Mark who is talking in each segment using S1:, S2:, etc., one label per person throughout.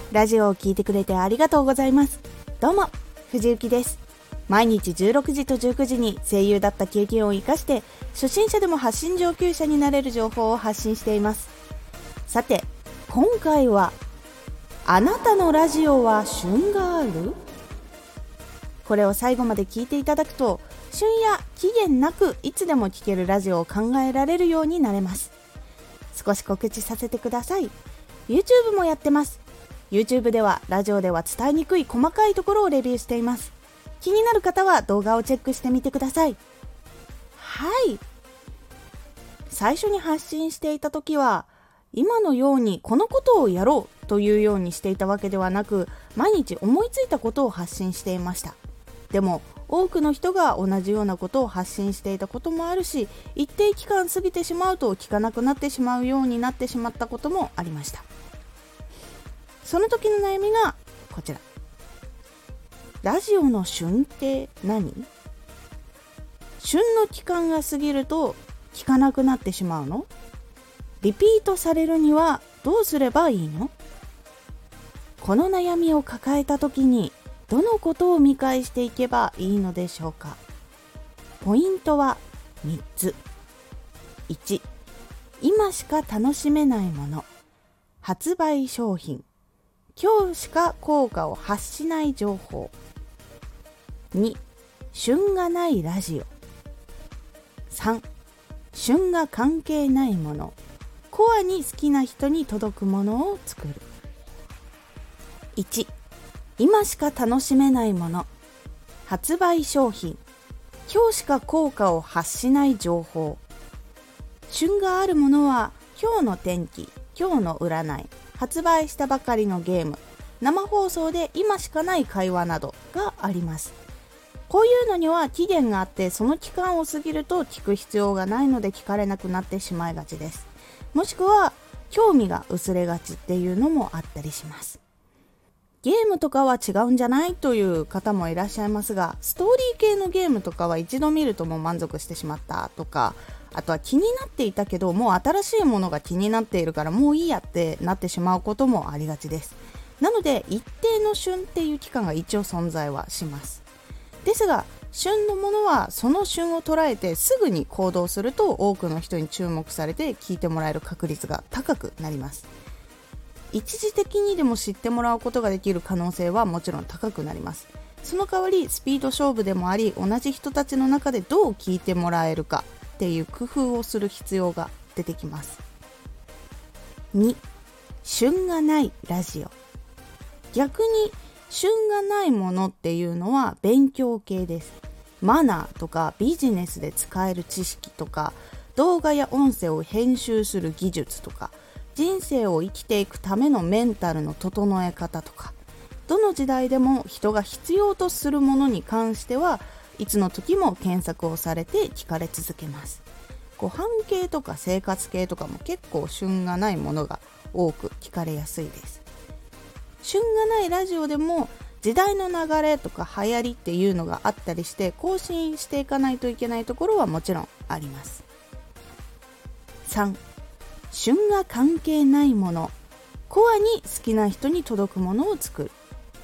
S1: ラジオを聞いてくれてありがとうございます。どうも藤幸です。毎日16時と19時に声優だった経験を生かして初心者でも発信上級者になれる情報を発信しています。さて今回は、あなたのラジオは旬がある？これを最後まで聞いていただくと、旬や期限なくいつでも聞けるラジオを考えられるようになれます。少し告知させてください。 YouTube もやってます。 YouTube ではラジオでは伝えにくい細かいところをレビューしています。気になる方は動画をチェックしてみてください。はい、最初に発信していた時は今のようにこのことをやろうというようにしていたわけではなく、毎日思いついたことを発信していました。でも多くの人が同じようなことを発信していたこともあるし、一定期間過ぎてしまうと聞かなくなってしまうようになってしまったこともありました。その時の悩みがこちら。ラジオの旬って何？旬の期間が過ぎると聞かなくなってしまうの？リピートされるにはどうすればいいの？この悩みを抱えた時にどのことを見返していけばいいのでしょうか。ポイントは3つ。1、今しか楽しめないもの、発売商品、今日しか効果を発しない情報。2、旬がないラジオ。3、旬が関係ないもの、コアに好きな人に届くものを作る。1、今しか楽しめないもの、発売商品、今日しか効果を発しない情報。旬があるものは今日の天気、今日の占い、発売したばかりのゲーム、生放送で今しかない会話などがあります。こういうのには期限があって、その期間を過ぎると聞く必要がないので聞かれなくなってしまいがちです。もしくは興味が薄れがちっていうのもあったりします。ゲームとかは違うんじゃないという方もいらっしゃいますが、ストーリー系のゲームとかは一度見るともう満足してしまったとか、あとは気になっていたけどもう新しいものが気になっているからもういいやってなってしまうこともありがちです。なので一定の旬っていう期間が一応存在はします。ですが旬のものはその旬を捉えてすぐに行動すると多くの人に注目されて聞いてもらえる確率が高くなります。一時的にでも知ってもらうことができる可能性はもちろん高くなります。その代わりスピード勝負でもあり、同じ人たちの中でどう聞いてもらえるかっていう工夫をする必要が出てきます。2、旬がないラジオ。逆に旬がないものっていうのは勉強系です。マナーとかビジネスで使える知識とか、動画や音声を編集する技術とか、人生を生きていくためのメンタルの整え方とか、どの時代でも人が必要とするものに関してはいつの時も検索をされて聞かれ続けます。ご飯系とか生活系とかも結構旬がないものが多く聞かれやすいです。旬がないラジオでも時代の流れとか流行りっていうのがあったりして更新していかないといけないところはもちろんあります。3、旬が関係ないもの、コアに好きな人に届くものを作る。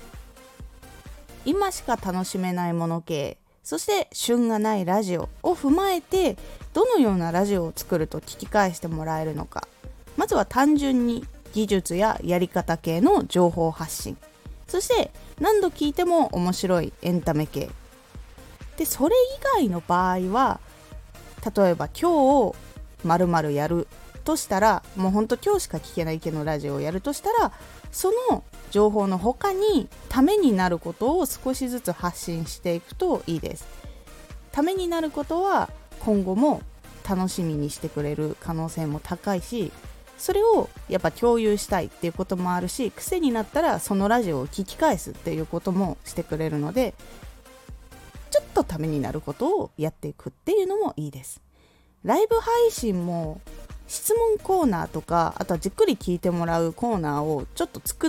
S1: 今しか楽しめないもの系、そして旬がないラジオを踏まえて、どのようなラジオを作ると聞き返してもらえるのか。まずは単純に技術ややり方系の情報発信、そして何度聞いても面白いエンタメ系で、それ以外の場合は、例えば今日〇〇やるとしたら、もうほんと今日しか聞けない系のラジオをやるとしたら、その情報の他にためになることを少しずつ発信していくといいです。ためになることは今後も楽しみにしてくれる可能性も高いし、それをやっぱ共有したいっていうこともあるし、癖になったらそのラジオを聞き返すっていうこともしてくれるので、ちょっとためになることをやっていくっていうのもいいです。ライブ配信も質問コーナーとか、あとはじっくり聞いてもらうコーナーをちょっと作って、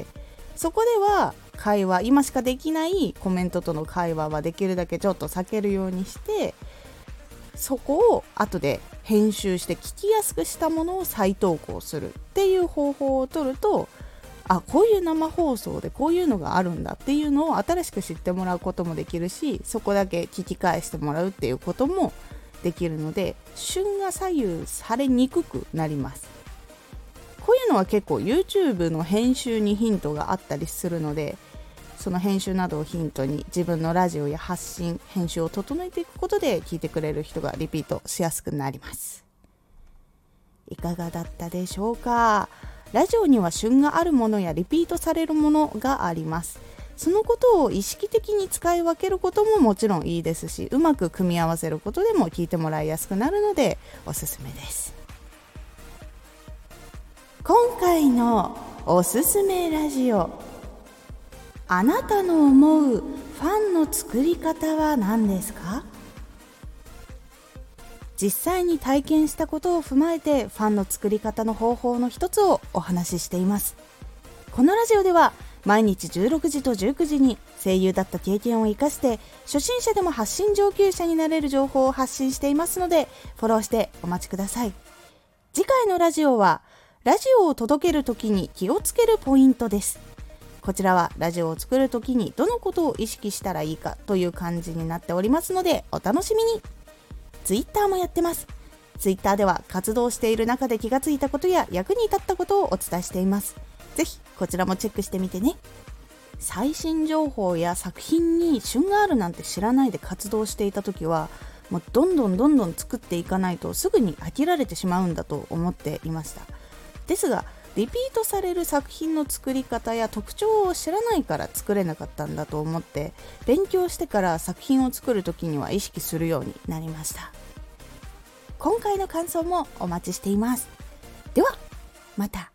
S1: そこでは会話、今しかできないコメントとの会話はできるだけちょっと避けるようにして、そこを後で編集して聞きやすくしたものを再投稿するっていう方法を取ると、 こういう生放送でこういうのがあるんだっていうのを新しく知ってもらうこともできるし、そこだけ聞き返してもらうっていうこともできるので、旬が左右されにくくなります。こういうのは結構 YouTube の編集にヒントがあったりするので、その編集などをヒントに自分のラジオや発信、編集を整えていくことで聞いてくれる人がリピートしやすくなります。いかがだったでしょうか。ラジオには旬があるものやリピートされるものがあります。そのことを意識的に使い分けることももちろんいいですし、うまく組み合わせることでも聞いてもらいやすくなるのでおすすめです。今回のおすすめラジオ、あなたの思うファンの作り方は何ですか？実際に体験したことを踏まえてファンの作り方の方法の一つをお話ししています。このラジオでは毎日16時と19時に声優だった経験を生かして初心者でも発信上級者になれる情報を発信していますので、フォローしてお待ちください。次回のラジオはラジオを届けるときに気をつけるポイントです。こちらはラジオを作るときにどのことを意識したらいいかという感じになっておりますのでお楽しみに。ツイッターもやってます。ツイッターでは活動している中で気がついたことや役に立ったことをお伝えしています。ぜひこちらもチェックしてみてね。最新情報や作品に旬があるなんて知らないで活動していた時は、もうどんどん作っていかないとすぐに飽きられてしまうんだと思っていました。ですがリピートされる作品の作り方や特徴を知らないから作れなかったんだと思って、勉強してから作品を作るときには意識するようになりました。今回の感想もお待ちしています。ではまた。